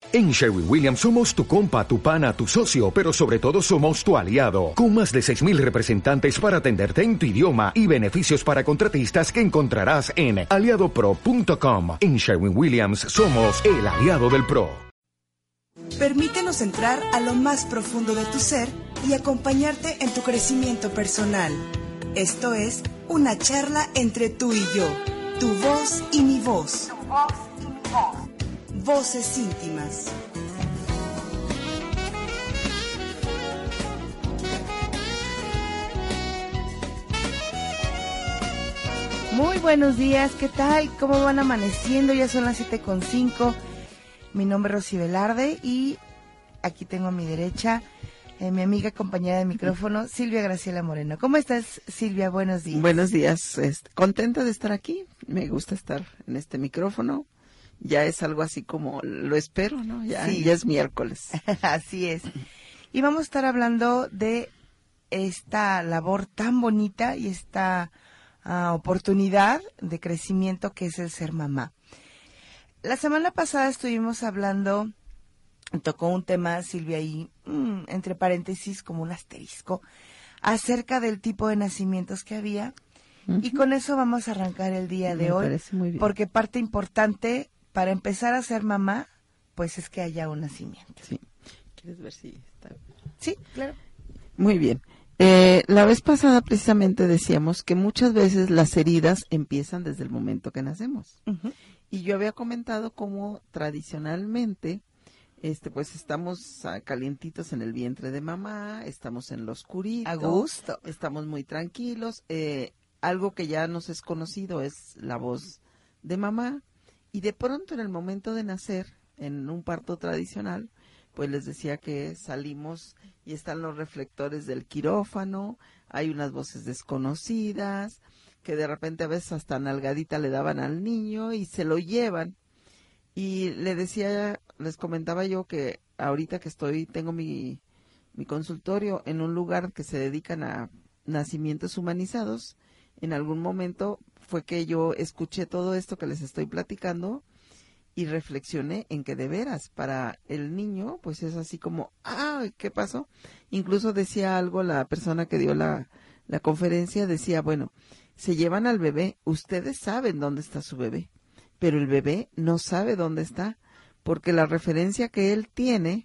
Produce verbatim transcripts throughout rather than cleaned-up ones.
En Sherwin-Williams somos tu compa, tu pana, tu socio, pero sobre todo somos tu aliado, con más de seis mil representantes para atenderte en tu idioma y beneficios para contratistas que encontrarás en aliado pro punto com. En Sherwin-Williams somos el aliado del pro. Permítenos entrar a lo más profundo de tu ser y acompañarte en tu crecimiento personal. Esto es una charla entre tú y yo, tu voz y mi voz. Tu voz y mi voz. Voces íntimas. Muy buenos días, ¿qué tal? ¿Cómo van amaneciendo? Ya son las siete con cinco. Mi nombre es Rosy Velarde y aquí tengo a mi derecha eh, mi amiga compañera de micrófono, Silvia Graciela Moreno. ¿Cómo estás, Silvia? Buenos días. Buenos días, este, contenta de estar aquí. Me gusta estar en este micrófono. Ya es algo así como lo espero, ¿no? Ya, sí. Ya es miércoles. Así es. Y vamos a estar hablando de esta labor tan bonita y esta uh, oportunidad de crecimiento que es el ser mamá. La semana pasada estuvimos hablando, tocó un tema, Silvia, ahí, mmm, entre paréntesis, como un asterisco, acerca del tipo de nacimientos que había. Uh-huh. Y con eso vamos a arrancar el día de Me hoy. parece muy bien. Porque parte importante para empezar a ser mamá, pues es que haya un nacimiento. Sí. ¿Quieres ver si está bien? Sí, claro. Muy bien. Eh, la vez pasada precisamente decíamos que muchas veces las heridas empiezan desde el momento que nacemos. Uh-huh. Y yo había comentado cómo tradicionalmente, este, pues estamos uh, calientitos en el vientre de mamá, estamos en lo oscurito. A gusto. Estamos muy tranquilos. Eh, algo que ya nos es conocido es la voz de mamá. Y de pronto en el momento de nacer, en un parto tradicional, pues les decía que salimos y están los reflectores del quirófano, hay unas voces desconocidas, que de repente a veces hasta nalgadita le daban al niño y se lo llevan. Y le decía, les comentaba yo que ahorita que estoy, tengo mi, mi consultorio en un lugar que se dedican a nacimientos humanizados, en algún momento fue que yo escuché todo esto que les estoy platicando y reflexioné en que de veras para el niño pues es así como, ah, ¿qué pasó? Incluso decía algo la persona que dio la, la conferencia, decía, bueno, se llevan al bebé, ustedes saben dónde está su bebé, pero el bebé no sabe dónde está, porque la referencia que él tiene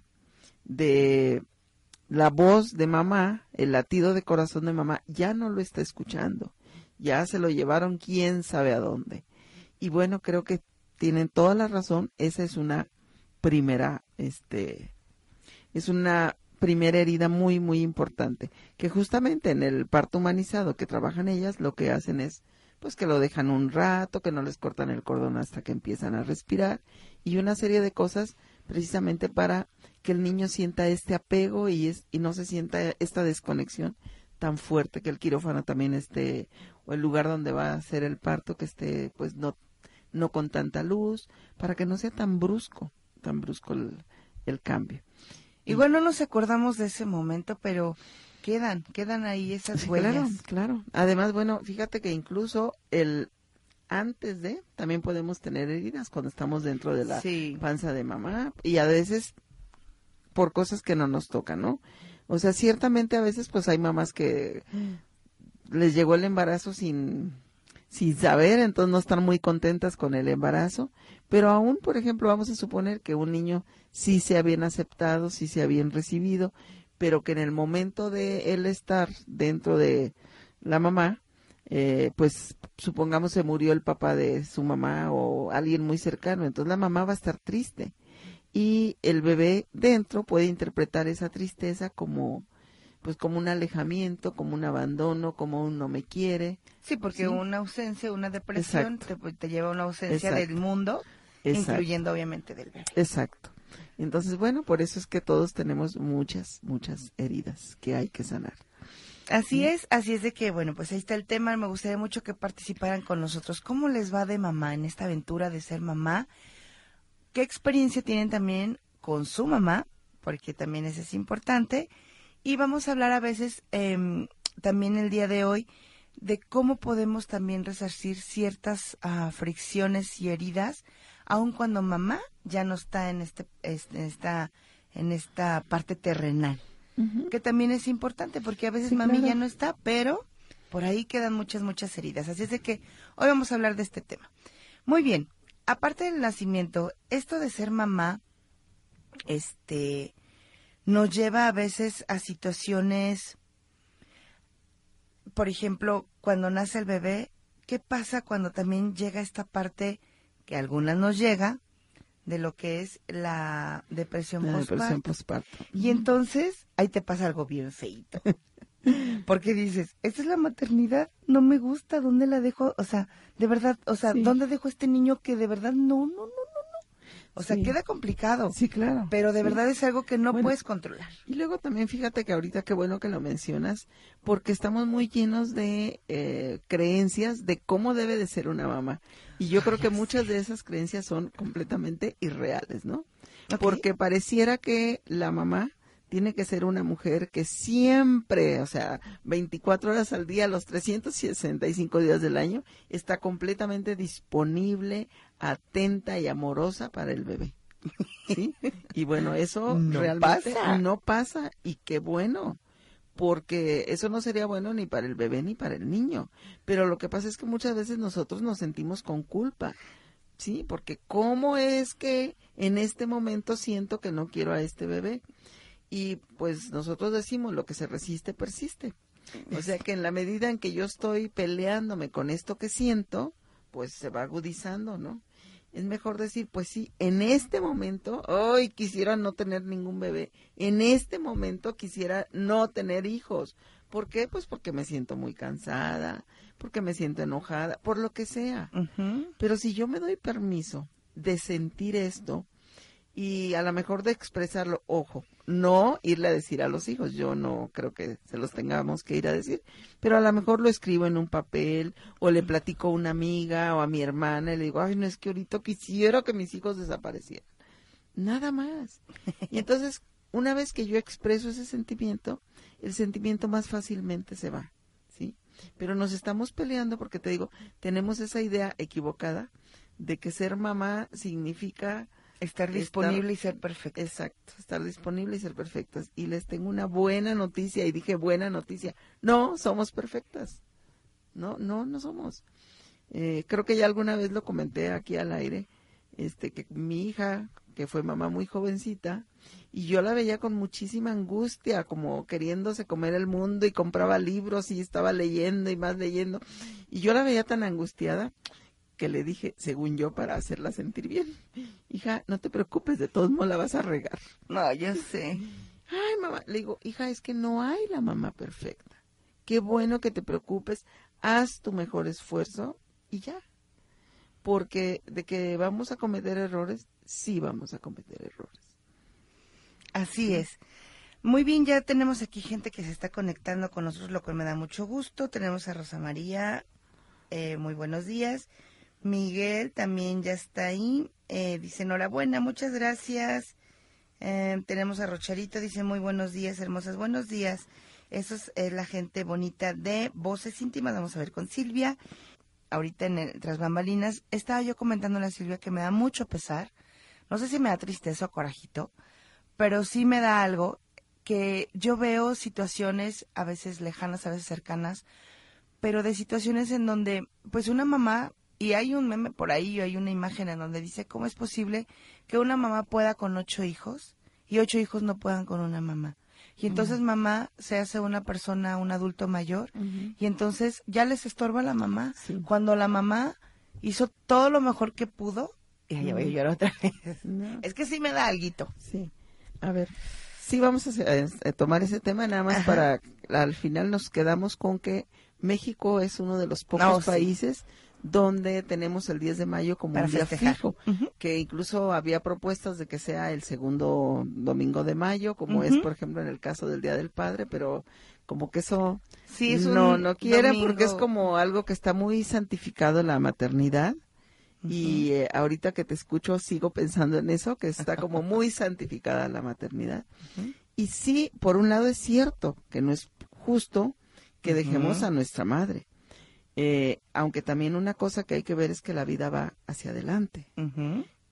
de la voz de mamá, el latido de corazón de mamá, ya no lo está escuchando. Ya se lo llevaron quién sabe a dónde. Y bueno, creo que tienen toda la razón. Esa es una primera, este, es una primera herida muy, muy importante. Que justamente en el parto humanizado que trabajan ellas, lo que hacen es, pues que lo dejan un rato, que no les cortan el cordón hasta que empiezan a respirar. Y una serie de cosas precisamente para que el niño sienta este apego y, es, y no se sienta esta desconexión tan fuerte, que el quirófano también esté, o el lugar donde va a ser el parto, que esté pues no, no con tanta luz, para que no sea tan brusco, tan brusco el, el cambio. Igual no nos acordamos de ese momento, pero quedan, quedan ahí esas Sí, huellas. Claro, claro. Además, bueno, fíjate que incluso el antes de, también podemos tener heridas cuando estamos dentro de la sí. panza de mamá, y a veces por cosas que no nos tocan, ¿no? O sea, ciertamente a veces pues hay mamás que les llegó el embarazo sin, sin saber, entonces no están muy contentas con el embarazo, pero aún, por ejemplo, vamos a suponer que un niño sí sea bien aceptado, sí sea bien recibido, pero que en el momento de él estar dentro de la mamá, eh, pues supongamos se murió el papá de su mamá o alguien muy cercano, entonces la mamá va a estar triste. Y el bebé dentro puede interpretar esa tristeza como, pues como un alejamiento, como un abandono, como un no me quiere. Sí, porque ¿sí? una ausencia, una depresión te, te lleva a una ausencia Exacto. del mundo, Exacto. incluyendo obviamente del bebé. Exacto. Entonces, bueno, por eso es que todos tenemos muchas, muchas heridas que hay que sanar. Así ¿sí? es, así es de que, bueno, pues ahí está el tema. Me gustaría mucho que participaran con nosotros. ¿Cómo les va de mamá en esta aventura de ser mamá? ¿Qué experiencia tienen también con su mamá? Porque también eso es importante. Y vamos a hablar a veces, eh, también el día de hoy, de cómo podemos también resarcir ciertas uh, fricciones y heridas aun cuando mamá ya no está en este, este esta, en esta parte terrenal, uh-huh. que también es importante, porque a veces sí, mami claro. ya no está, pero por ahí quedan muchas, muchas heridas. Así es de que hoy vamos a hablar de este tema. Muy bien, aparte del nacimiento, esto de ser mamá, este, nos lleva a veces a situaciones, por ejemplo, cuando nace el bebé, ¿qué pasa cuando también llega esta parte que a algunas nos llega de lo que es la depresión la postparto? Depresión postparto. Y entonces ahí te pasa algo bien feito. Porque dices, esta es la maternidad, no me gusta, ¿dónde la dejo? O sea, de verdad, o sea, sí. ¿dónde dejo a este niño que de verdad no, no, no, no, no? O sea, sí. queda complicado. Sí, claro. Pero de sí. verdad es algo que no bueno, puedes controlar. Y luego también fíjate que ahorita qué bueno que lo mencionas, porque estamos muy llenos de eh, creencias de cómo debe de ser una mamá. Y yo Ay, creo que sí. muchas de esas creencias son completamente irreales, ¿no? Okay. Porque pareciera que la mamá tiene que ser una mujer que siempre, o sea, veinticuatro horas al día, los trescientos sesenta y cinco días del año, está completamente disponible, atenta y amorosa para el bebé. ¿Sí? Y bueno, eso no realmente pasa. no pasa, y qué bueno, porque eso no sería bueno ni para el bebé ni para el niño. Pero lo que pasa es que muchas veces nosotros nos sentimos con culpa. Sí, porque ¿cómo es que en este momento siento que no quiero a este bebé? Y pues nosotros decimos, lo que se resiste, persiste. O sea que en la medida en que yo estoy peleándome con esto que siento, pues se va agudizando, ¿no? Es mejor decir, pues sí, en este momento, hoy quisiera no tener ningún bebé. En este momento quisiera no tener hijos. ¿Por qué? Pues porque me siento muy cansada, porque me siento enojada, por lo que sea. Uh-huh. Pero si yo me doy permiso de sentir esto, y a lo mejor de expresarlo, ojo, no irle a decir a los hijos, yo no creo que se los tengamos que ir a decir, pero a lo mejor lo escribo en un papel, o le platico a una amiga o a mi hermana y le digo, ay, no, es que ahorita quisiera que mis hijos desaparecieran. Nada más. Y entonces, una vez que yo expreso ese sentimiento, el sentimiento más fácilmente se va, ¿sí? Pero nos estamos peleando porque, te digo, tenemos esa idea equivocada de que ser mamá significa estar disponible estar, y ser perfecta. Exacto, estar disponible y ser perfectas. Y les tengo una buena noticia, y dije buena noticia. No, somos perfectas. No, no, no somos. Eh, creo que ya alguna vez lo comenté aquí al aire, este, que mi hija, que fue mamá muy jovencita, y yo la veía con muchísima angustia, como queriéndose comer el mundo, y compraba libros y estaba leyendo y más leyendo. Y yo la veía tan angustiada que le dije, según yo, para hacerla sentir bien, hija, no te preocupes, de todos modos la vas a regar. No, yo sé. Ay, mamá, le digo, hija, es que no hay la mamá perfecta. Qué bueno que te preocupes, haz tu mejor esfuerzo y ya. Porque de que vamos a cometer errores, sí vamos a cometer errores. Así sí. es. Muy bien, ya tenemos aquí gente que se está conectando con nosotros, lo cual me da mucho gusto. Tenemos a Rosa María, eh, muy buenos días. Miguel también ya está ahí, eh, dice enhorabuena, muchas gracias. Eh, tenemos a Rocharito, dice muy buenos días, hermosas, buenos días. Eso es eh, la gente bonita de Voces Íntimas. Vamos a ver con Silvia. Ahorita en el, tras bambalinas, estaba yo comentándole a Silvia que me da mucho pesar. No sé si me da tristeza o corajito, pero sí me da algo que yo veo situaciones a veces lejanas, a veces cercanas, pero de situaciones en donde pues una mamá, y hay un meme por ahí, hay una imagen en donde dice, ¿cómo es posible que una mamá pueda con ocho hijos y ocho hijos no puedan con una mamá? Y entonces uh-huh. mamá se hace una persona, un adulto mayor, uh-huh. y entonces ya les estorba la mamá. Sí. Cuando la mamá hizo todo lo mejor que pudo, y ahí uh-huh. voy a llorar otra vez. No. Es que sí me da alguito. Sí, a ver, sí vamos a, a, a tomar ese tema, nada más Ajá. para, al final nos quedamos con que México es uno de los pocos no, sí. países donde tenemos el diez de mayo como Para un día festejar. fijo, uh-huh. que incluso había propuestas de que sea el segundo domingo de mayo, como uh-huh. es, por ejemplo, en el caso del Día del Padre, pero como que eso sí, es no, no quiere domingo. Porque es como algo que está muy santificado en la maternidad, uh-huh. y eh, ahorita que te escucho sigo pensando en eso, que está como muy santificada la maternidad. Uh-huh. Y sí, por un lado es cierto que no es justo que uh-huh. dejemos a nuestra madre. Eh, aunque también una cosa que hay que ver es que la vida va hacia adelante, uh-huh.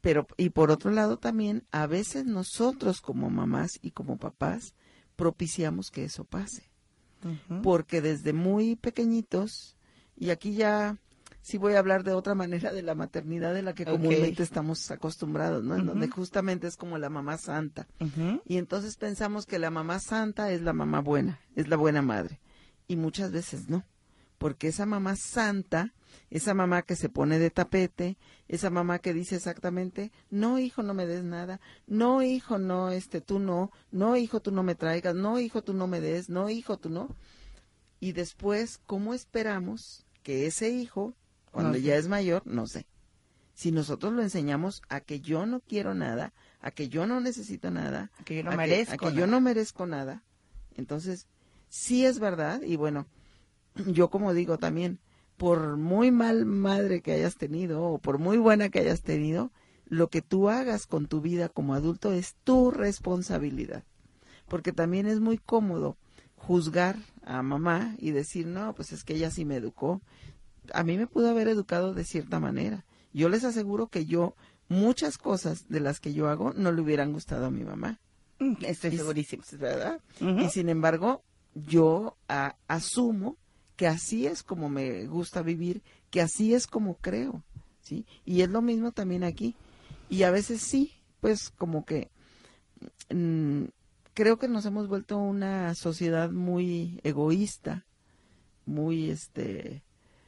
Pero, y por otro lado también, a veces nosotros como mamás y como papás propiciamos que eso pase. Uh-huh. Porque desde muy pequeñitos, y aquí ya sí voy a hablar de otra manera de la maternidad de la que okay. comúnmente estamos acostumbrados, ¿no? Uh-huh. En donde justamente es como la mamá santa. Uh-huh. Y entonces pensamos que la mamá santa es la mamá buena, es la buena madre. Y muchas veces no. Porque esa mamá santa, esa mamá que se pone de tapete, esa mamá que dice exactamente, no hijo no me des nada, no hijo no, este tú no, no hijo tú no me traigas, no hijo tú no me des, no hijo tú no. Y después, ¿cómo esperamos que ese hijo, cuando no sé. ya es mayor, no sé, si nosotros lo enseñamos a que yo no quiero nada, a que yo no necesito nada, a que yo no a merezco que, a que nada. yo no merezco nada, entonces sí es verdad, y bueno, yo como digo también, por muy mal madre que hayas tenido o por muy buena que hayas tenido, lo que tú hagas con tu vida como adulto es tu responsabilidad. Porque también es muy cómodo juzgar a mamá y decir, no, pues es que ella sí me educó. A mí me pudo haber educado de cierta manera. Yo les aseguro que yo, muchas cosas de las que yo hago no le hubieran gustado a mi mamá. Estoy segurísima. ¿Verdad? Uh-huh. Y sin embargo, yo a, asumo que así es como me gusta vivir, que así es como creo, ¿sí? Y es lo mismo también aquí. Y a veces sí, pues como que mmm, creo que nos hemos vuelto una sociedad muy egoísta, muy este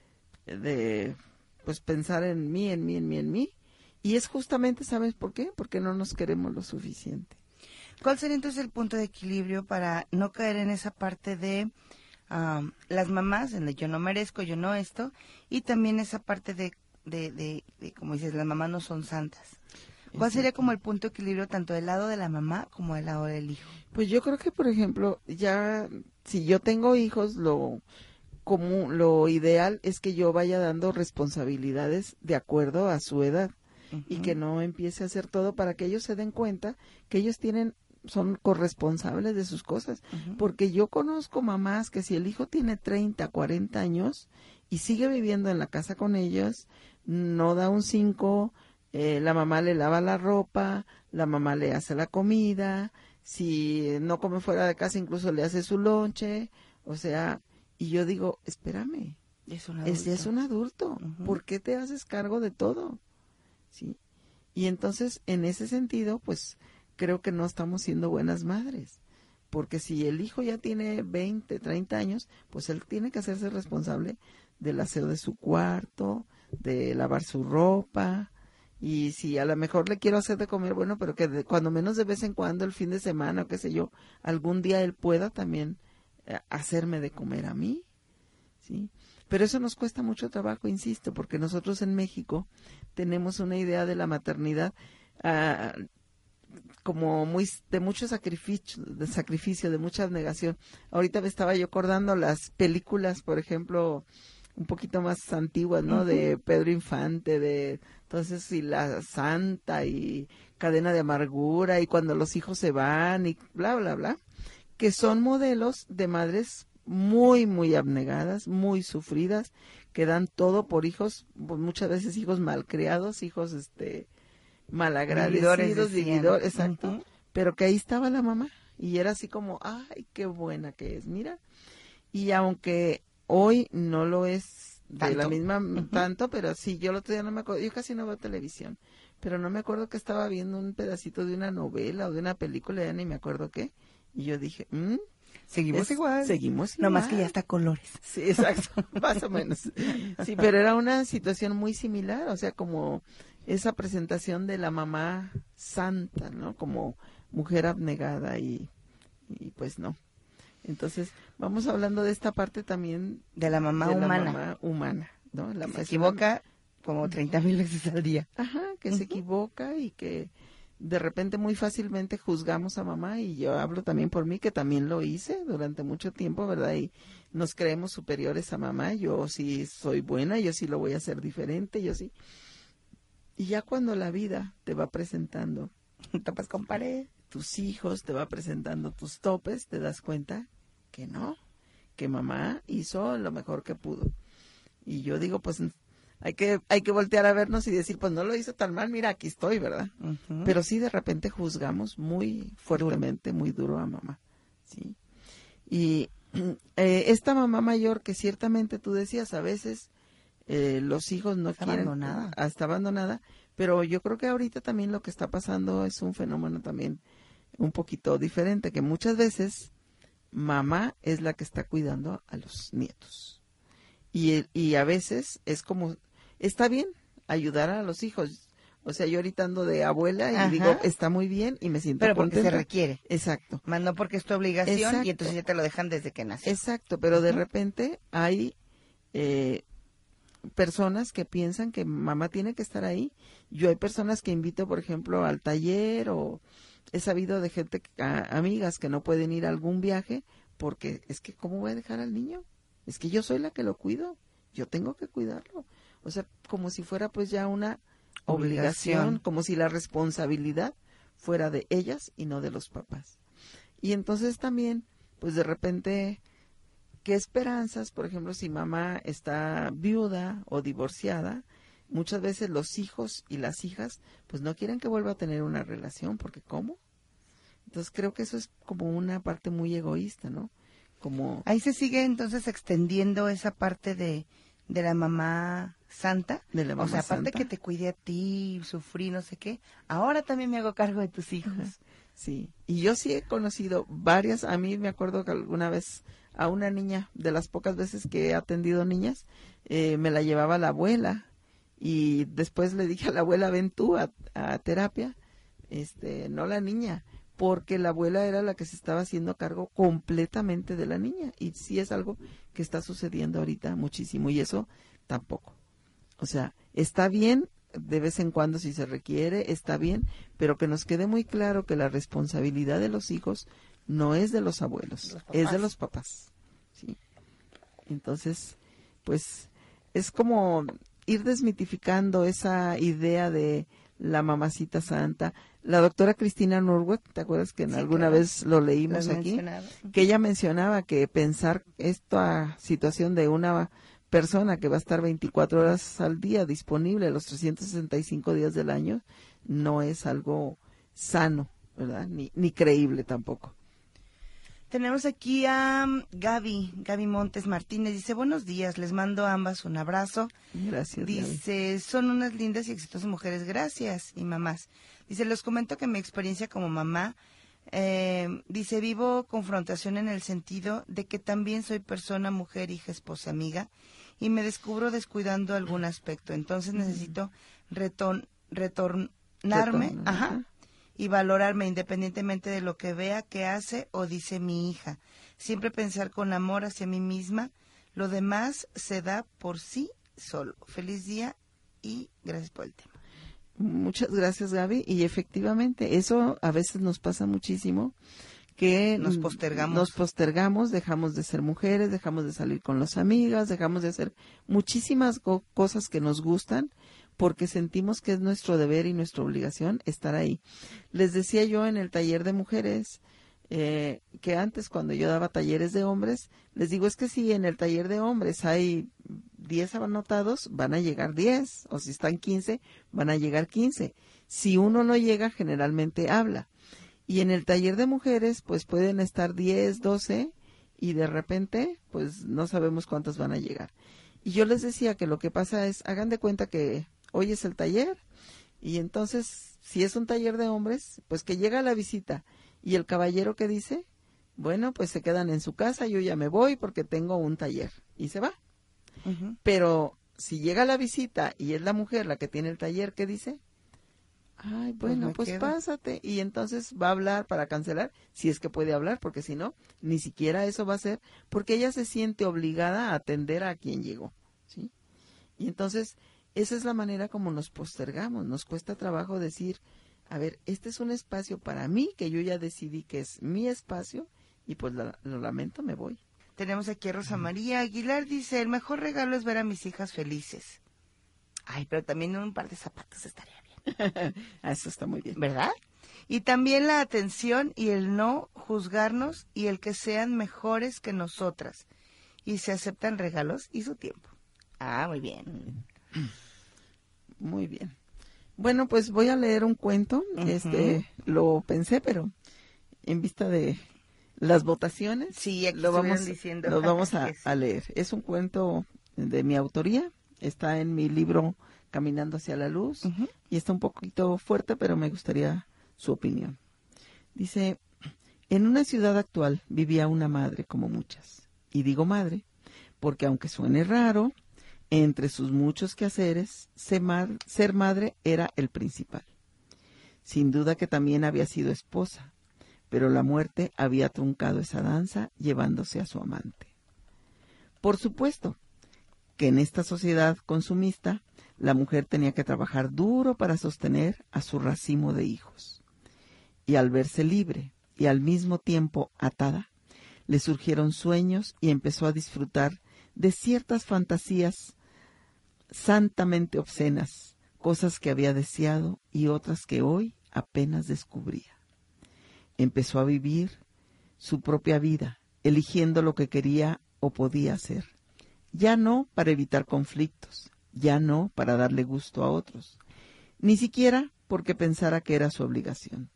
de pues pensar en mí, en mí, en mí, en mí. Y es justamente, ¿sabes por qué? Porque no nos queremos lo suficiente. ¿Cuál sería entonces el punto de equilibrio para no caer en esa parte de Um, las mamás, en el yo no merezco, yo no esto, y también esa parte de, de, de, de como dices, las mamás no son santas? ¿Cuál sería como el punto de equilibrio tanto del lado de la mamá como del lado del hijo? Pues yo creo que, por ejemplo, ya si yo tengo hijos, lo como lo ideal es que yo vaya dando responsabilidades de acuerdo a su edad uh-huh. y que no empiece a hacer todo para que ellos se den cuenta que ellos tienen son corresponsables de sus cosas, uh-huh. porque yo conozco mamás que si el hijo tiene treinta, cuarenta años y sigue viviendo en la casa con ellos, no da un cinco, eh, la mamá le lava la ropa, la mamá le hace la comida, si no come fuera de casa incluso le hace su lonche, o sea, y yo digo, espérame, es un adulto, es, es un adulto. Uh-huh. ¿Por qué te haces cargo de todo? ¿Sí? Y entonces, en ese sentido, pues, creo que no estamos siendo buenas madres, porque si el hijo ya tiene veinte, treinta años, pues él tiene que hacerse responsable del aseo de su cuarto, de lavar su ropa, y si a lo mejor le quiero hacer de comer, bueno, pero que de, cuando menos de vez en cuando, el fin de semana o qué sé yo, algún día él pueda también eh, hacerme de comer a mí, ¿sí? Pero eso nos cuesta mucho trabajo, insisto, porque nosotros en México tenemos una idea de la maternidad uh, como muy de mucho sacrificio, de sacrificio, de mucha abnegación. Ahorita me estaba yo acordando las películas, por ejemplo, un poquito más antiguas, ¿no? Uh-huh. De Pedro Infante, de entonces y La Santa y Cadena de Amargura y Cuando los hijos se van y bla, bla, bla, que son modelos de madres muy, muy abnegadas, muy sufridas, que dan todo por hijos, pues muchas veces hijos malcriados, hijos este malagradecidos, vividores, exacto, uh-huh. pero que ahí estaba la mamá y era así como, ay, qué buena que es, mira, y aunque hoy no lo es de tanto. la misma uh-huh. tanto, pero sí, yo el otro día no me acuerdo, yo casi no veo televisión, pero no me acuerdo que estaba viendo un pedacito de una novela o de una película, ya ni me acuerdo qué, y yo dije, ¿Mm? Seguimos es, igual. Seguimos igual. No más que ya está colores. Sí, exacto, más o menos. Sí, pero era una situación muy similar, o sea, como esa presentación de la mamá santa, ¿no? Como mujer abnegada y, y pues no. Entonces, vamos hablando de esta parte también de la mamá de humana. La mamá humana, ¿no? La se equivoca una... como treinta mil veces al día. Ajá, que uh-huh. se equivoca y que de repente muy fácilmente juzgamos a mamá, y yo hablo también por mí, que también lo hice durante mucho tiempo, ¿verdad? Y nos creemos superiores a mamá, yo sí soy buena, yo sí lo voy a hacer diferente, yo sí. Y ya cuando la vida te va presentando topas con pared, tus hijos, te va presentando tus topes, te das cuenta que no, que mamá hizo lo mejor que pudo. Y yo digo, pues hay que, hay que voltear a vernos y decir, pues no lo hizo tan mal, mira, aquí estoy, ¿verdad? Ujú. Pero sí de repente juzgamos muy fuertemente, muy duro a mamá, ¿sí? Y eh, esta mamá mayor que ciertamente tú decías, a veces eh, los hijos no Está quieren, abandonada. ah, está abandonada, pero yo creo que ahorita también lo que está pasando es un fenómeno también un poquito diferente, que muchas veces mamá es la que está cuidando a los nietos. Y, y a veces es como, está bien ayudar a los hijos. O sea, yo ahorita ando de abuela y Ajá. digo, está muy bien y me siento Pero porque contenta. se requiere. Exacto. Más no porque es tu obligación Exacto. y entonces ya te lo dejan desde que nació. Exacto, pero de Ujú. repente hay eh, personas que piensan que mamá tiene que estar ahí. Yo hay personas que invito, por ejemplo, al taller, o he sabido de gente, que- a- amigas que no pueden ir a algún viaje porque es que ¿cómo voy a dejar al niño? Es que yo soy la que lo cuido, yo tengo que cuidarlo. O sea, como si fuera pues ya una obligación, Obligación. como si la responsabilidad fuera de ellas y no de los papás. Y entonces también, pues de repente, ¿qué esperanzas? Por ejemplo, si mamá está viuda o divorciada, muchas veces los hijos y las hijas, pues no quieren que vuelva a tener una relación, porque ¿cómo? Entonces creo que eso es como una parte muy egoísta, ¿no? Como, Ahí se sigue entonces extendiendo esa parte de, de la mamá santa. De la O mamá sea, aparte santa. que te cuide a ti, sufrí, no sé qué, ahora también me hago cargo de tus hijos. sí. Y yo sí he conocido varias, a mí me acuerdo que alguna vez a una niña, de las pocas veces que he atendido niñas, eh, me la llevaba la abuela y después le dije a la abuela, ven tú a, a terapia, este, no la niña, porque la abuela era la que se estaba haciendo cargo completamente de la niña y sí es algo que está sucediendo ahorita muchísimo y eso tampoco. O sea, está bien de vez en cuando si se requiere, está bien, pero que nos quede muy claro que la responsabilidad de los hijos no es de los abuelos, Los es de papás. los papás. ¿Sí? Entonces, pues es como ir desmitificando esa idea de la mamacita santa. La doctora Cristina Norwood, ¿te acuerdas que en Sí, alguna claro. vez lo Lo leímos has aquí? mencionado. Que ella mencionaba que pensar esta situación de una persona que va a estar veinticuatro horas al día disponible los trescientos sesenta y cinco días del año no es algo sano, ¿verdad? Ni, ni creíble tampoco. Tenemos aquí a um, Gaby, Gaby Montes Martínez. Dice, buenos días, les mando a ambas un abrazo. Gracias. Gaby. Dice, son unas lindas y exitosas mujeres, gracias, y mamás. Dice, les comento que mi experiencia como mamá, eh, dice, vivo confrontación en el sentido de que también soy persona, mujer, hija, esposa, amiga, y me descubro descuidando algún aspecto. Entonces necesito reton, retornarme, Retorno, ajá, ajá. y valorarme independientemente de lo que vea, que hace o dice mi hija. Siempre pensar con amor hacia mí misma. Lo demás se da por sí solo. Feliz día y gracias por el tema. Muchas gracias, Gaby. Y efectivamente, eso a veces nos pasa muchísimo, que Nos postergamos. Nos postergamos, dejamos de ser mujeres, dejamos de salir con las amigas, dejamos de hacer muchísimas co- cosas que nos gustan, porque sentimos que es nuestro deber y nuestra obligación estar ahí. Les decía yo en el taller de mujeres, eh, que antes cuando yo daba talleres de hombres, les digo, es que si en el taller de hombres hay diez anotados, van a llegar diez, o si están quince, van a llegar quince. Si uno no llega, generalmente habla. Y en el taller de mujeres, pues pueden estar diez, doce, y de repente, pues no sabemos cuántas van a llegar. Y yo les decía que lo que pasa es, hagan de cuenta que hoy es el taller, y entonces, si es un taller de hombres, pues que llega la visita, y el caballero que dice, bueno, pues se quedan en su casa, yo ya me voy porque tengo un taller, y se va. Uh-huh. Pero si llega la visita y es la mujer la que tiene el taller, ¿qué dice? Ay, bueno, me pues, quedo. pásate. Y entonces va a hablar para cancelar, si es que puede hablar, porque si no, ni siquiera eso va a ser, porque ella se siente obligada a atender a quien llegó, ¿sí? Y entonces, esa es la manera como nos postergamos, nos cuesta trabajo decir, a ver, este es un espacio para mí, que yo ya decidí que es mi espacio, y pues la- lo lamento, me voy. Tenemos aquí a Rosa María Aguilar, dice, el mejor regalo es ver a mis hijas felices. Ay, pero también un par de zapatos estaría bien. Ah, eso está muy bien. ¿Verdad? Y también la atención y el no juzgarnos y el que sean mejores que nosotras. Y se aceptan regalos y su tiempo. Ah, muy bien. Muy bien. Bueno, pues voy a leer un cuento. Uh-huh. Este, lo pensé, pero en vista de las votaciones, sí, aquí lo vamos, diciendo. lo vamos a, a leer. Es un cuento de mi autoría. Está en mi libro Caminando hacia la luz. Uh-huh. Y está un poquito fuerte, pero me gustaría su opinión. Dice: en una ciudad actual vivía una madre como muchas. Y digo madre porque, aunque suene raro, entre sus muchos quehaceres, ser, mar, ser madre era el principal. Sin duda que también había sido esposa, pero la muerte había truncado esa danza llevándose a su amante. Por supuesto que en esta sociedad consumista, la mujer tenía que trabajar duro para sostener a su racimo de hijos. Y al verse libre y al mismo tiempo atada, le surgieron sueños y empezó a disfrutar de ciertas fantasías santamente obscenas, cosas que había deseado y otras que hoy apenas descubría. Empezó a vivir su propia vida, eligiendo lo que quería o podía hacer. Ya no para evitar conflictos, ya no para darle gusto a otros, ni siquiera porque pensara que era su obligación.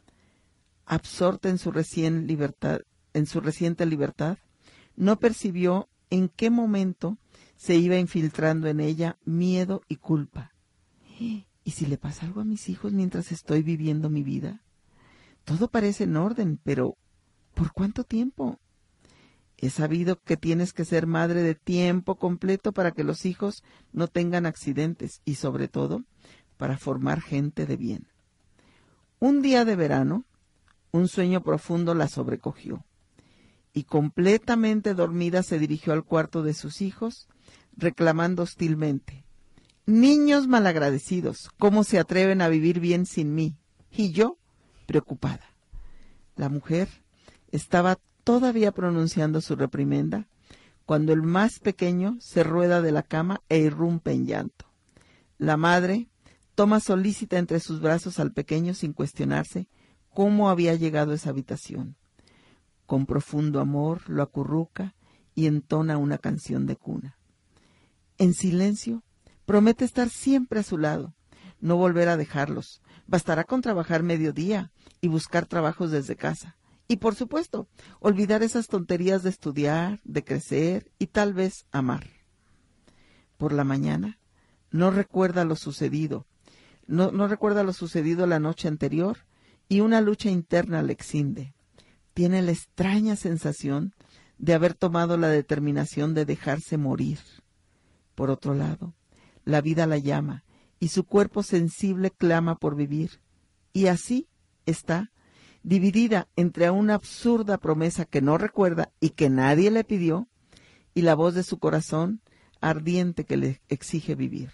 Absorta en su recién libertad, en su reciente libertad, no percibió en qué momento se iba infiltrando en ella miedo y culpa. ¿Y si le pasa algo a mis hijos mientras estoy viviendo mi vida? Todo parece en orden, pero ¿por cuánto tiempo? He sabido que tienes que ser madre de tiempo completo para que los hijos no tengan accidentes y, sobre todo, para formar gente de bien. Un día de verano, un sueño profundo la sobrecogió y, completamente dormida, se dirigió al cuarto de sus hijos, reclamando hostilmente: «Niños malagradecidos, ¿cómo se atreven a vivir bien sin mí?» Y yo, preocupada. La mujer estaba todavía pronunciando su reprimenda cuando el más pequeño se rueda de la cama e irrumpe en llanto. La madre toma solícita entre sus brazos al pequeño sin cuestionarse cómo había llegado a esa habitación. Con profundo amor lo acurruca y entona una canción de cuna. En silencio, promete estar siempre a su lado, no volver a dejarlos. Bastará con trabajar mediodía y buscar trabajos desde casa. Y, por supuesto, olvidar esas tonterías de estudiar, de crecer y tal vez amar. Por la mañana, no recuerda lo sucedido. No, no recuerda lo sucedido la noche anterior y una lucha interna le exinde. Tiene la extraña sensación de haber tomado la determinación de dejarse morir. Por otro lado, la vida la llama y su cuerpo sensible clama por vivir. Y así está, dividida entre una absurda promesa que no recuerda y que nadie le pidió, y la voz de su corazón ardiente que le exige vivir.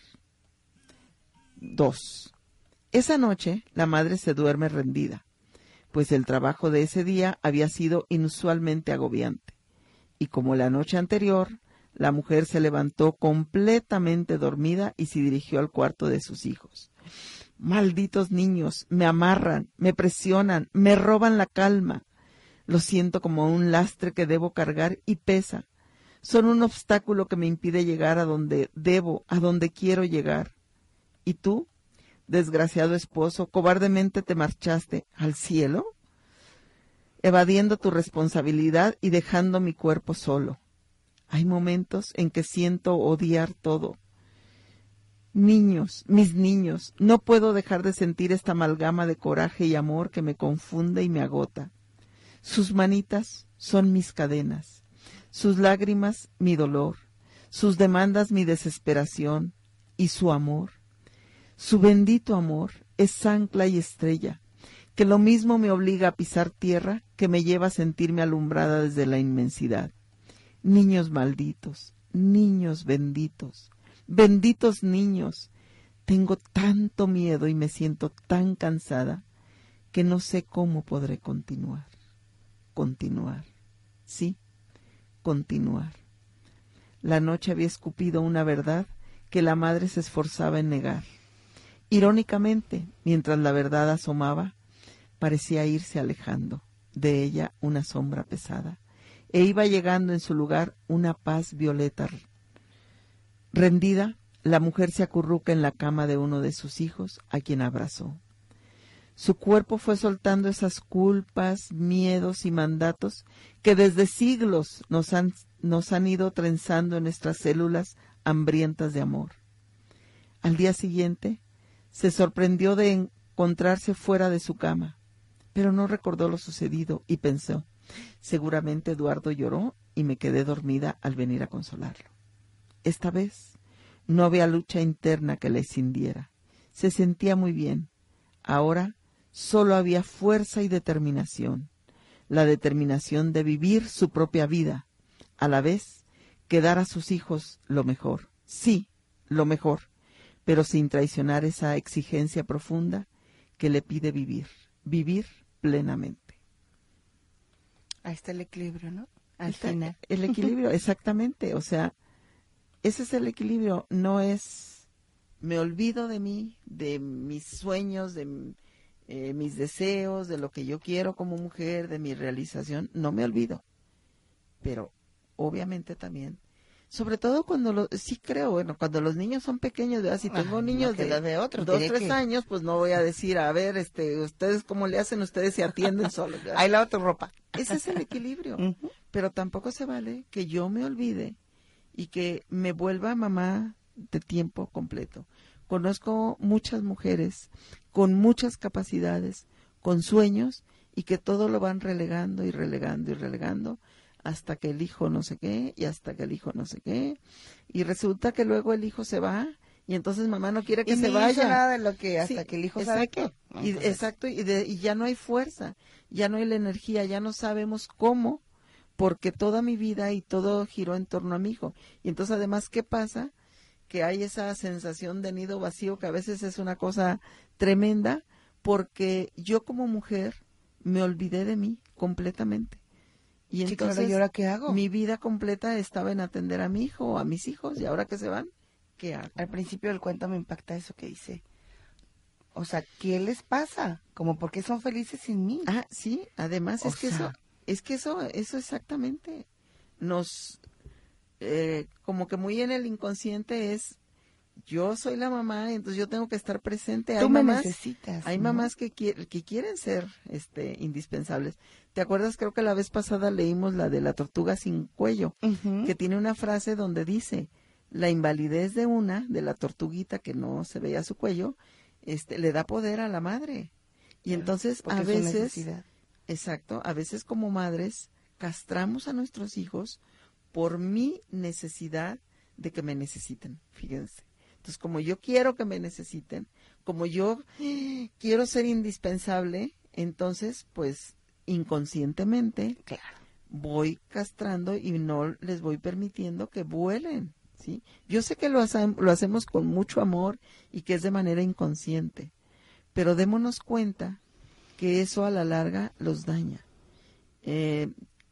Dos. Esa noche la madre se duerme rendida, pues el trabajo de ese día había sido inusualmente agobiante, y como la noche anterior, la mujer se levantó completamente dormida y se dirigió al cuarto de sus hijos. «Malditos niños, me amarran, me presionan, me roban la calma. Los siento como un lastre que debo cargar y pesa. Son un obstáculo que me impide llegar a donde debo, a donde quiero llegar. ¿Y tú, desgraciado esposo, cobardemente te marchaste al cielo, evadiendo tu responsabilidad y dejando mi cuerpo solo? Hay momentos en que siento odiar todo. Niños, mis niños, no puedo dejar de sentir esta amalgama de coraje y amor que me confunde y me agota. Sus manitas son mis cadenas, sus lágrimas mi dolor, sus demandas mi desesperación, y su amor, su bendito amor, es ancla y estrella, que lo mismo me obliga a pisar tierra que me lleva a sentirme alumbrada desde la inmensidad. Niños malditos, niños benditos, benditos niños, tengo tanto miedo y me siento tan cansada que no sé cómo podré continuar. Continuar, sí, continuar. La noche había escupido una verdad que la madre se esforzaba en negar. Irónicamente, mientras la verdad asomaba, parecía irse alejando de ella una sombra pesada, e iba llegando en su lugar una paz violeta. Rendida, la mujer se acurruca en la cama de uno de sus hijos, a quien abrazó. Su cuerpo fue soltando esas culpas, miedos y mandatos que desde siglos nos han, nos han ido trenzando en nuestras células hambrientas de amor. Al día siguiente, se sorprendió de encontrarse fuera de su cama, pero no recordó lo sucedido y pensó, seguramente Eduardo lloró y me quedé dormida al venir a consolarlo. Esta vez no había lucha interna que le escindiera. Se sentía muy bien. Ahora solo había fuerza y determinación, la determinación de vivir su propia vida, a la vez que dar a sus hijos lo mejor, sí, lo mejor, pero sin traicionar esa exigencia profunda que le pide vivir, vivir plenamente. Ahí está el equilibrio, ¿no? Al Está final. el equilibrio, exactamente, o sea, ese es el equilibrio, no es me olvido de mí, de mis sueños, de eh, mis deseos, de lo que yo quiero como mujer, de mi realización, no me olvido, pero obviamente también, sobre todo cuando los, sí creo, bueno, cuando los niños son pequeños, ¿verdad? Si tengo Ay, niños no, que de, la de otros, dos, diré tres que- años, pues no voy a decir, a ver, este, ustedes cómo le hacen, ustedes se atienden solos, ¿verdad? Ahí lava tu ropa. Ese es el equilibrio, Ujú. pero tampoco se vale que yo me olvide y que me vuelva mamá de tiempo completo. Conozco muchas mujeres con muchas capacidades, con sueños, y que todo lo van relegando y relegando y relegando hasta que el hijo no sé qué y hasta que el hijo no sé qué, y resulta que luego el hijo se va y entonces mamá no quiere que Y se ni vaya. hizo nada de lo que hasta Sí, que el hijo sabe qué. exacto. Y, Entonces, exacto, y, de- y ya no hay fuerza, ya no hay la energía, ya no sabemos cómo, porque toda mi vida y todo giró en torno a mi hijo. Y entonces además, ¿qué pasa? Que hay esa sensación de nido vacío que a veces es una cosa tremenda, porque yo como mujer me olvidé de mí completamente. Y Sí, claro, entonces ¿y ahora qué hago? mi vida completa estaba en atender a mi hijo o a mis hijos, y ahora que se van, ¿qué hago? Al principio del cuento me impacta eso que dice. O sea, ¿qué les pasa? Como, ¿por qué son felices sin mí? Ah, sí, además O es que sea- eso, es que eso, eso exactamente nos, eh, como que muy en el inconsciente es, yo soy la mamá, entonces yo tengo que estar presente. Tú Hay me mamás, necesitas. hay ¿no? mamás que, quier- que quieren ser, este, indispensables. ¿Te acuerdas? Creo que la vez pasada leímos la de la tortuga sin cuello, Ujú. que tiene una frase donde dice, la invalidez de una, de la tortuguita que no se veía su cuello, este, le da poder a la madre. Y Claro, entonces porque a es su veces, necesidad. exacto, a veces como madres castramos a nuestros hijos por mi necesidad de que me necesiten, fíjense. Entonces, como yo quiero que me necesiten, como yo eh, quiero ser indispensable, entonces, pues, inconscientemente Claro. voy castrando y no les voy permitiendo que vuelen, ¿sí? Yo sé que lo, hace- lo hacemos con mucho amor y que es de manera inconsciente, pero démonos cuenta que eso a la larga los daña. Eh,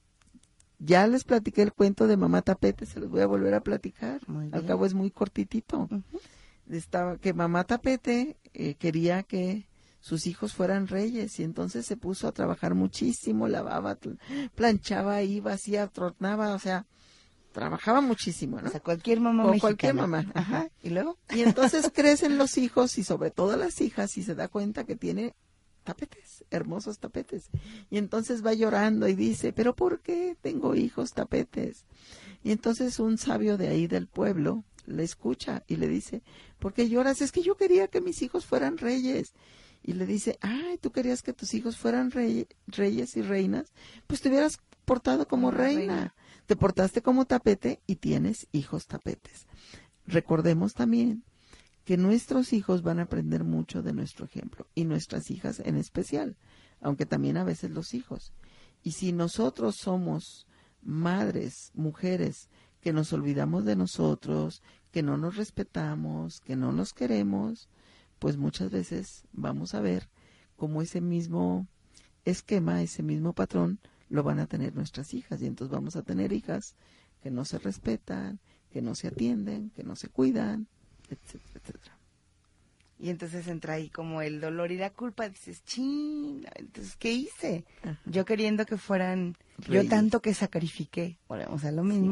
ya les platiqué el cuento de Mamá Tapete, se los voy a volver a platicar. Muy Al bien. cabo es muy cortitito. Ujú. Estaba que Mamá Tapete eh, quería que sus hijos fueran reyes y entonces se puso a trabajar muchísimo, lavaba, tl- planchaba, iba, hacía, tornaba, o sea, trabajaba muchísimo, ¿no? O sea, cualquier mamá O mexicana. cualquier mamá, Ajá. ajá. ¿Y luego? Y entonces crecen los hijos y sobre todo las hijas y se da cuenta que tiene tapetes, hermosos tapetes. Y entonces va llorando y dice, ¿pero por qué tengo hijos tapetes? Y entonces un sabio de ahí del pueblo le escucha y le dice, ¿por qué lloras? Es que yo quería que mis hijos fueran reyes. Y le dice, ay, ¿tú querías que tus hijos fueran rey- reyes y reinas? Pues te hubieras portado como Como reina. reina. Te portaste como tapete y tienes hijos tapetes. Recordemos también que nuestros hijos van a aprender mucho de nuestro ejemplo y nuestras hijas en especial, aunque también a veces los hijos. Y si nosotros somos madres, mujeres, que nos olvidamos de nosotros, que no nos respetamos, que no nos queremos, pues muchas veces vamos a ver cómo ese mismo esquema, ese mismo patrón, lo van a tener nuestras hijas. Y entonces vamos a tener hijas que no se respetan, que no se atienden, que no se cuidan, etcétera, etcétera. Y entonces entra ahí como el dolor y la culpa. Dices, chin, entonces, ¿qué hice? Ajá. Yo queriendo que fueran, Reyes. yo tanto que sacrifiqué, volvemos a lo mismo,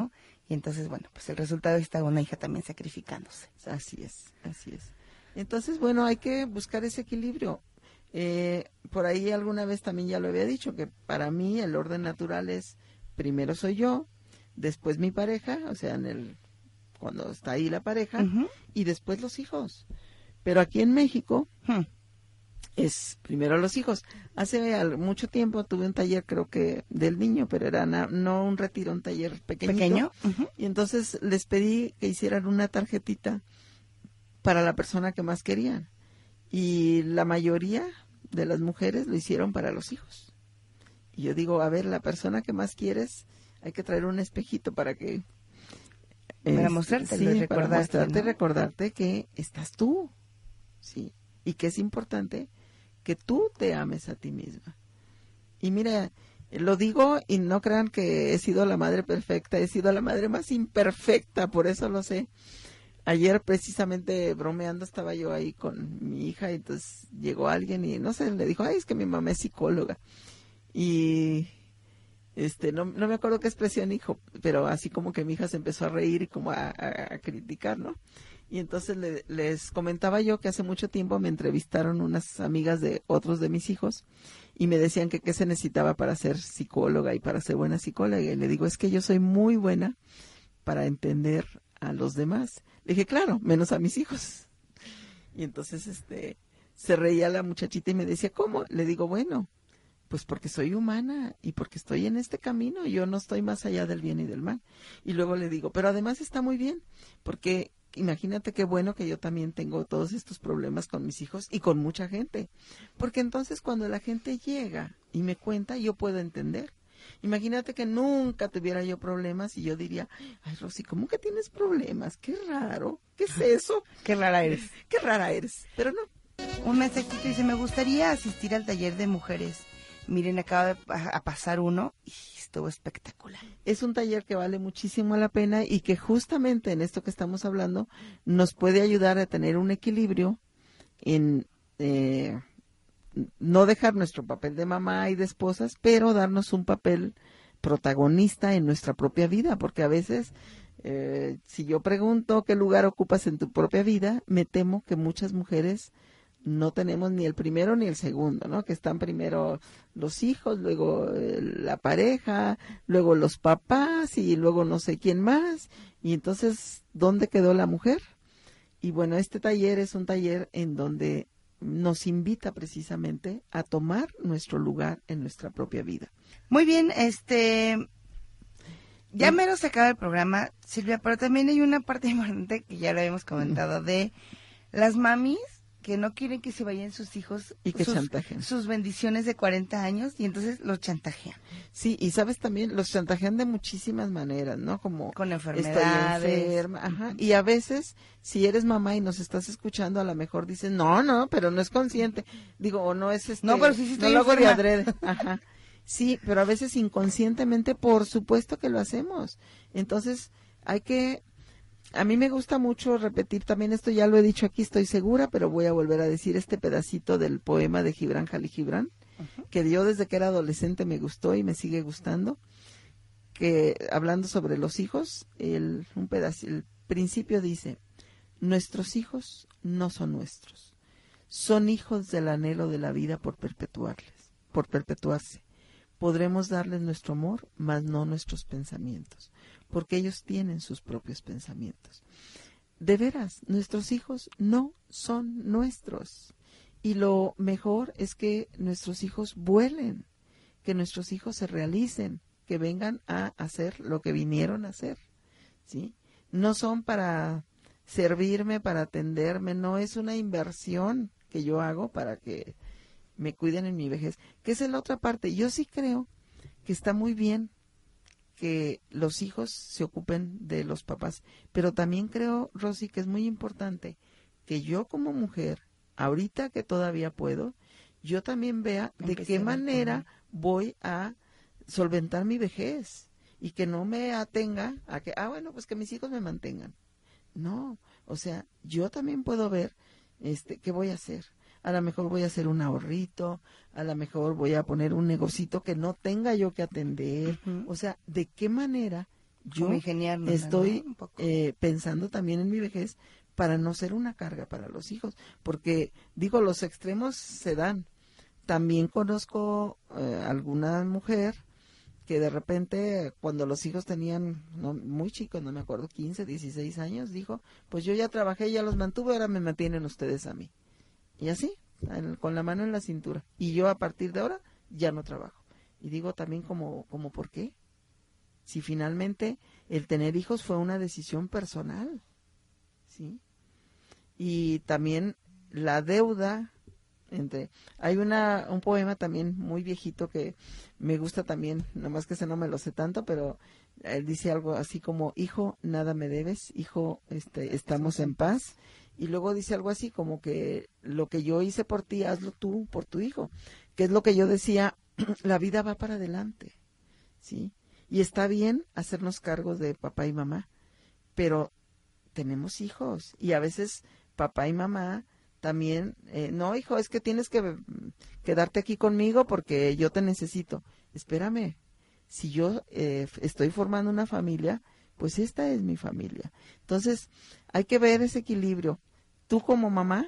Y entonces, bueno, pues el resultado está una hija también sacrificándose. Así es, así es. Entonces, bueno, hay que buscar ese equilibrio. Eh, por ahí alguna vez también ya lo había dicho, que para mí el orden natural es, primero soy yo, después mi pareja, o sea, en el cuando está ahí la pareja, uh-huh. y después los hijos. Pero aquí en México, uh-huh. es primero los hijos. Hace mucho tiempo tuve un taller, creo que del niño, pero era na, no un retiro, un taller pequeñito. ¿Pequeño? Uh-huh. Y entonces les pedí que hicieran una tarjetita para la persona que más querían. Y la mayoría de las mujeres lo hicieron para los hijos. Y yo digo, a ver, la persona que más quieres, hay que traer un espejito para que... Para eh, mostrarte, sí, recordarte, para mostrarte, ¿no? recordarte que estás tú, sí, y que es importante que tú te ames a ti misma. Y mira, lo digo y no crean que he sido la madre perfecta, he sido la madre más imperfecta, por eso lo sé. Ayer precisamente bromeando estaba yo ahí con mi hija y entonces llegó alguien y no sé, le dijo, ay, es que mi mamá es psicóloga. Y este no, no me acuerdo qué expresión dijo, pero así como que mi hija se empezó a reír y como a, a, a criticar, ¿no? Y entonces le, les comentaba yo que hace mucho tiempo me entrevistaron unas amigas de otros de mis hijos y me decían que qué se necesitaba para ser psicóloga y para ser buena psicóloga. Y le digo, es que yo soy muy buena para entender a los demás. Le dije, claro, menos a mis hijos. Y entonces este se reía la muchachita y me decía, ¿cómo? Le digo, bueno, pues porque soy humana y porque estoy en este camino, yo no estoy más allá del bien y del mal. Y luego le digo, pero además está muy bien, porque imagínate qué bueno que yo también tengo todos estos problemas con mis hijos y con mucha gente. Porque entonces cuando la gente llega y me cuenta, yo puedo entender. Imagínate que nunca tuviera yo problemas y yo diría, ay, Rosy, ¿cómo que tienes problemas? Qué raro, ¿qué es eso? Qué rara eres. Qué rara eres, pero no. Un mensajito dice, me gustaría asistir al taller de mujeres. Miren, acaba de a pasar uno y estuvo espectacular. Es un taller que vale muchísimo la pena y que justamente en esto que estamos hablando nos puede ayudar a tener un equilibrio en... Eh, no dejar nuestro papel de mamá y de esposas, pero darnos un papel protagonista en nuestra propia vida, porque a veces, eh, si yo pregunto qué lugar ocupas en tu propia vida, me temo que muchas mujeres no tenemos ni el primero ni el segundo, ¿no? Que están primero los hijos, luego eh, la pareja, luego los papás y luego no sé quién más, y entonces, ¿dónde quedó la mujer? Y bueno, este taller es un taller en donde nos invita precisamente a tomar nuestro lugar en nuestra propia vida. Muy bien, este, ya mero se acaba el programa, Silvia, pero también hay una parte importante que ya lo habíamos comentado, de las mamis que no quieren que se vayan sus hijos y que sus, chantajean sus bendiciones de cuarenta años y entonces los chantajean. Sí, y sabes también, los chantajean de muchísimas maneras, ¿no? Como con enfermedades. Estoy enferma, ajá. Y a veces, si eres mamá y nos estás escuchando, a lo mejor dices, no, no, pero no es consciente. Digo, o no es este. No, pero sí, sí estoy no lo hago de enferma. adrede. Ajá. Sí, pero a veces inconscientemente, por supuesto que lo hacemos. Entonces, hay que... A mí me gusta mucho repetir también esto, ya lo he dicho aquí, estoy segura, pero voy a volver a decir este pedacito del poema de Gibran Jalil Gibran, uh-huh. que yo desde que era adolescente me gustó y me sigue gustando, que hablando sobre los hijos, el, un pedazo, el principio dice, nuestros hijos no son nuestros, son hijos del anhelo de la vida por perpetuarles, por perpetuarse. Podremos darles nuestro amor, mas no nuestros pensamientos, porque ellos tienen sus propios pensamientos. De veras, nuestros hijos no son nuestros. Y lo mejor es que nuestros hijos vuelen, que nuestros hijos se realicen, que vengan a hacer lo que vinieron a hacer, ¿sí? No son para servirme, para atenderme, no es una inversión que yo hago para que me cuiden en mi vejez, que esa es la otra parte. Yo sí creo que está muy bien que los hijos se ocupen de los papás, pero también creo, Rosy, que es muy importante que yo como mujer, ahorita que todavía puedo, yo también vea de qué manera voy a solventar mi vejez y que no me atenga a que, ah, bueno, pues que mis hijos me mantengan. No, o sea, yo también puedo ver este qué voy a hacer. A lo mejor voy a hacer un ahorrito, a lo mejor voy a poner un negocito que no tenga yo que atender. Uh-huh. O sea, ¿de qué manera yo ingeniarnos, estoy ¿no? Un poco. eh, pensando también en mi vejez para no ser una carga para los hijos, porque digo, los extremos se dan. También conozco eh, alguna mujer que de repente cuando los hijos tenían no, muy chicos, no me acuerdo, quince, dieciséis años, dijo, pues yo ya trabajé, ya los mantuve, ahora me mantienen ustedes a mí. Y así, en, con la mano en la cintura. Y yo a partir de ahora ya no trabajo. Y digo también como, como ¿por qué? Si finalmente el tener hijos fue una decisión personal, ¿sí? Y también la deuda entre, hay una un poema también muy viejito que me gusta también, nomás que ese no me lo sé tanto, pero él dice algo así como, hijo, nada me debes, hijo, este, estamos en paz. Y luego dice algo así como que lo que yo hice por ti, hazlo tú por tu hijo, que es lo que yo decía, la vida va para adelante, ¿sí? Y está bien hacernos cargos de papá y mamá, pero tenemos hijos y a veces papá y mamá también, eh, no, hijo, es que tienes que quedarte aquí conmigo porque yo te necesito. Espérame, si yo eh, estoy formando una familia, pues esta es mi familia. Entonces, hay que ver ese equilibrio. Tú como mamá,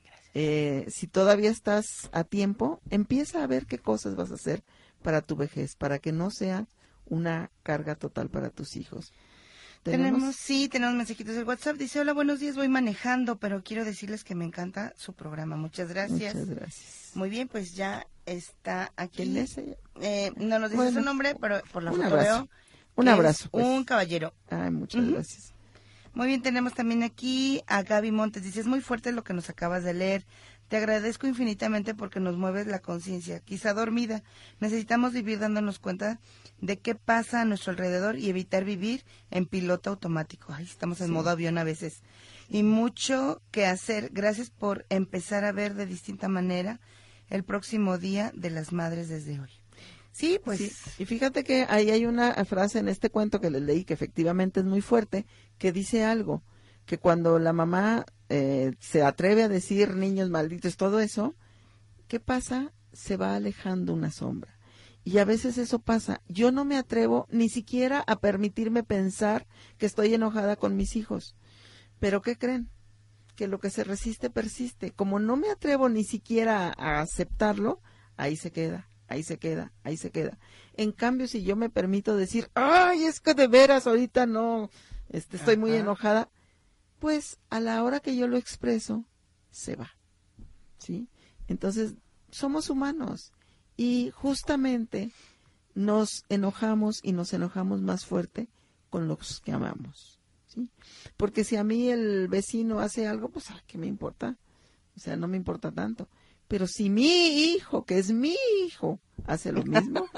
eh, si todavía estás a tiempo, empieza a ver qué cosas vas a hacer para tu vejez, para que no sea una carga total para tus hijos. ¿Tenemos? ¿Tenemos? Sí, tenemos mensajitos del WhatsApp. Dice, hola, buenos días, voy manejando, pero quiero decirles que me encanta su programa. Muchas gracias. Muchas gracias. Muy bien, pues ya está aquí. ¿Quién es ella? Eh, no nos dice Bueno, su nombre, pero por la un foto abrazo. veo Un que abrazo, es pues. un caballero. Ay, muchas Ujú. gracias. Muy bien, tenemos también aquí a Gaby Montes. Dice, es muy fuerte lo que nos acabas de leer. Te agradezco infinitamente porque nos mueves la conciencia, quizá dormida. Necesitamos vivir dándonos cuenta de qué pasa a nuestro alrededor y evitar vivir en piloto automático. Ay, estamos en Sí. modo avión a veces. Y mucho que hacer. Gracias por empezar a ver de distinta manera el próximo Día de las Madres desde hoy. Sí, pues... Sí, y fíjate que ahí hay una frase en este cuento que les leí que efectivamente es muy fuerte, que dice algo, que cuando la mamá eh, se atreve a decir niños malditos, todo eso, ¿qué pasa? Se va alejando una sombra. Y a veces eso pasa. Yo no me atrevo ni siquiera a permitirme pensar que estoy enojada con mis hijos. ¿Pero qué creen? Que lo que se resiste persiste. Como no me atrevo ni siquiera a aceptarlo, ahí se queda. Ahí se queda, ahí se queda. En cambio, si yo me permito decir, ay, es que de veras ahorita no, este, estoy muy Ajá. enojada, pues a la hora que yo lo expreso, se va, ¿sí? Entonces, somos humanos y justamente nos enojamos y nos enojamos más fuerte con los que amamos, ¿sí? Porque si a mí el vecino hace algo, pues, ¿a qué me importa? O sea, no me importa tanto. Pero si mi hijo, que es mi hijo, hace lo mismo,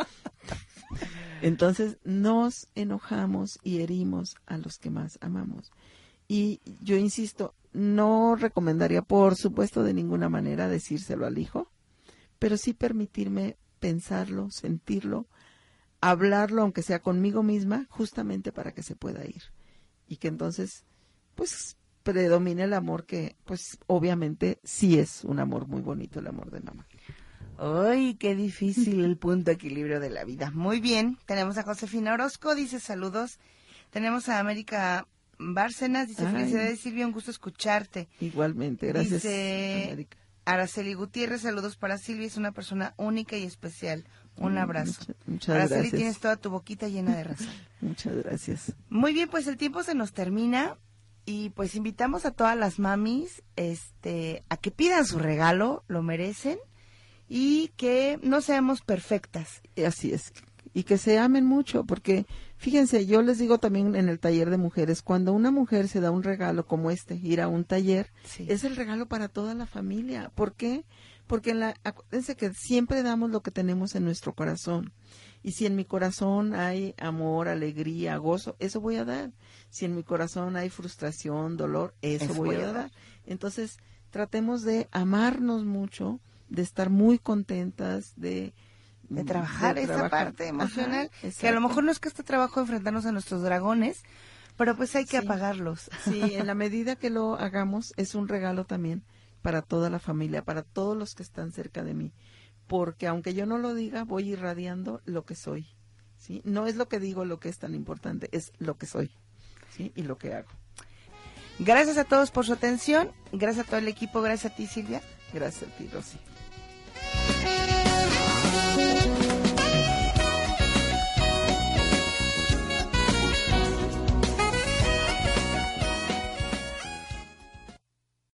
entonces nos enojamos y herimos a los que más amamos. Y yo insisto, no recomendaría, por supuesto, de ninguna manera decírselo al hijo, pero sí permitirme pensarlo, sentirlo, hablarlo, aunque sea conmigo misma, justamente para que se pueda ir. Y que entonces, pues, predomina el amor que, pues, obviamente sí es un amor muy bonito, el amor de mamá. Ay, qué difícil el punto de equilibrio de la vida. Muy bien, tenemos a Josefina Orozco, dice saludos. Tenemos a América Bárcenas, dice Ay. felicidades Silvia, un gusto escucharte. Igualmente, gracias, Dice América. Araceli Gutiérrez, saludos para Silvia, es una persona única y especial. Un Mm, abrazo. mucha- muchas Araceli, gracias. tienes toda tu boquita llena de razón. Muchas gracias. Muy bien, pues el tiempo se nos termina y pues invitamos a todas las mamis este, a que pidan su regalo, lo merecen, y que no seamos perfectas. Y así es. Y que se amen mucho, porque fíjense, yo les digo también en el taller de mujeres, cuando una mujer se da un regalo como este, ir a un taller, Sí. es el regalo para toda la familia. ¿Por qué? Porque en la, acuérdense que siempre damos lo que tenemos en nuestro corazón. Y si en mi corazón hay amor, alegría, gozo, eso voy a dar. Si en mi corazón hay frustración, dolor, eso, Eso voy a dar. Entonces, tratemos de amarnos mucho, de estar muy contentas, de De trabajar de esa trabajar. parte emocional, Ajá, que a lo exacto. mejor no es que este trabajo enfrentarnos a nuestros dragones, pero pues hay que Sí. apagarlos. Sí, en la medida que lo hagamos, es un regalo también para toda la familia, para todos los que están cerca de mí. Porque aunque yo no lo diga, voy irradiando lo que soy. ¿sí? No es lo que digo lo que es tan importante, es lo que soy, ¿sí? Y lo que hago. Gracias a todos por su atención, gracias a todo el equipo, gracias a ti, Silvia. Gracias a ti, Rosy.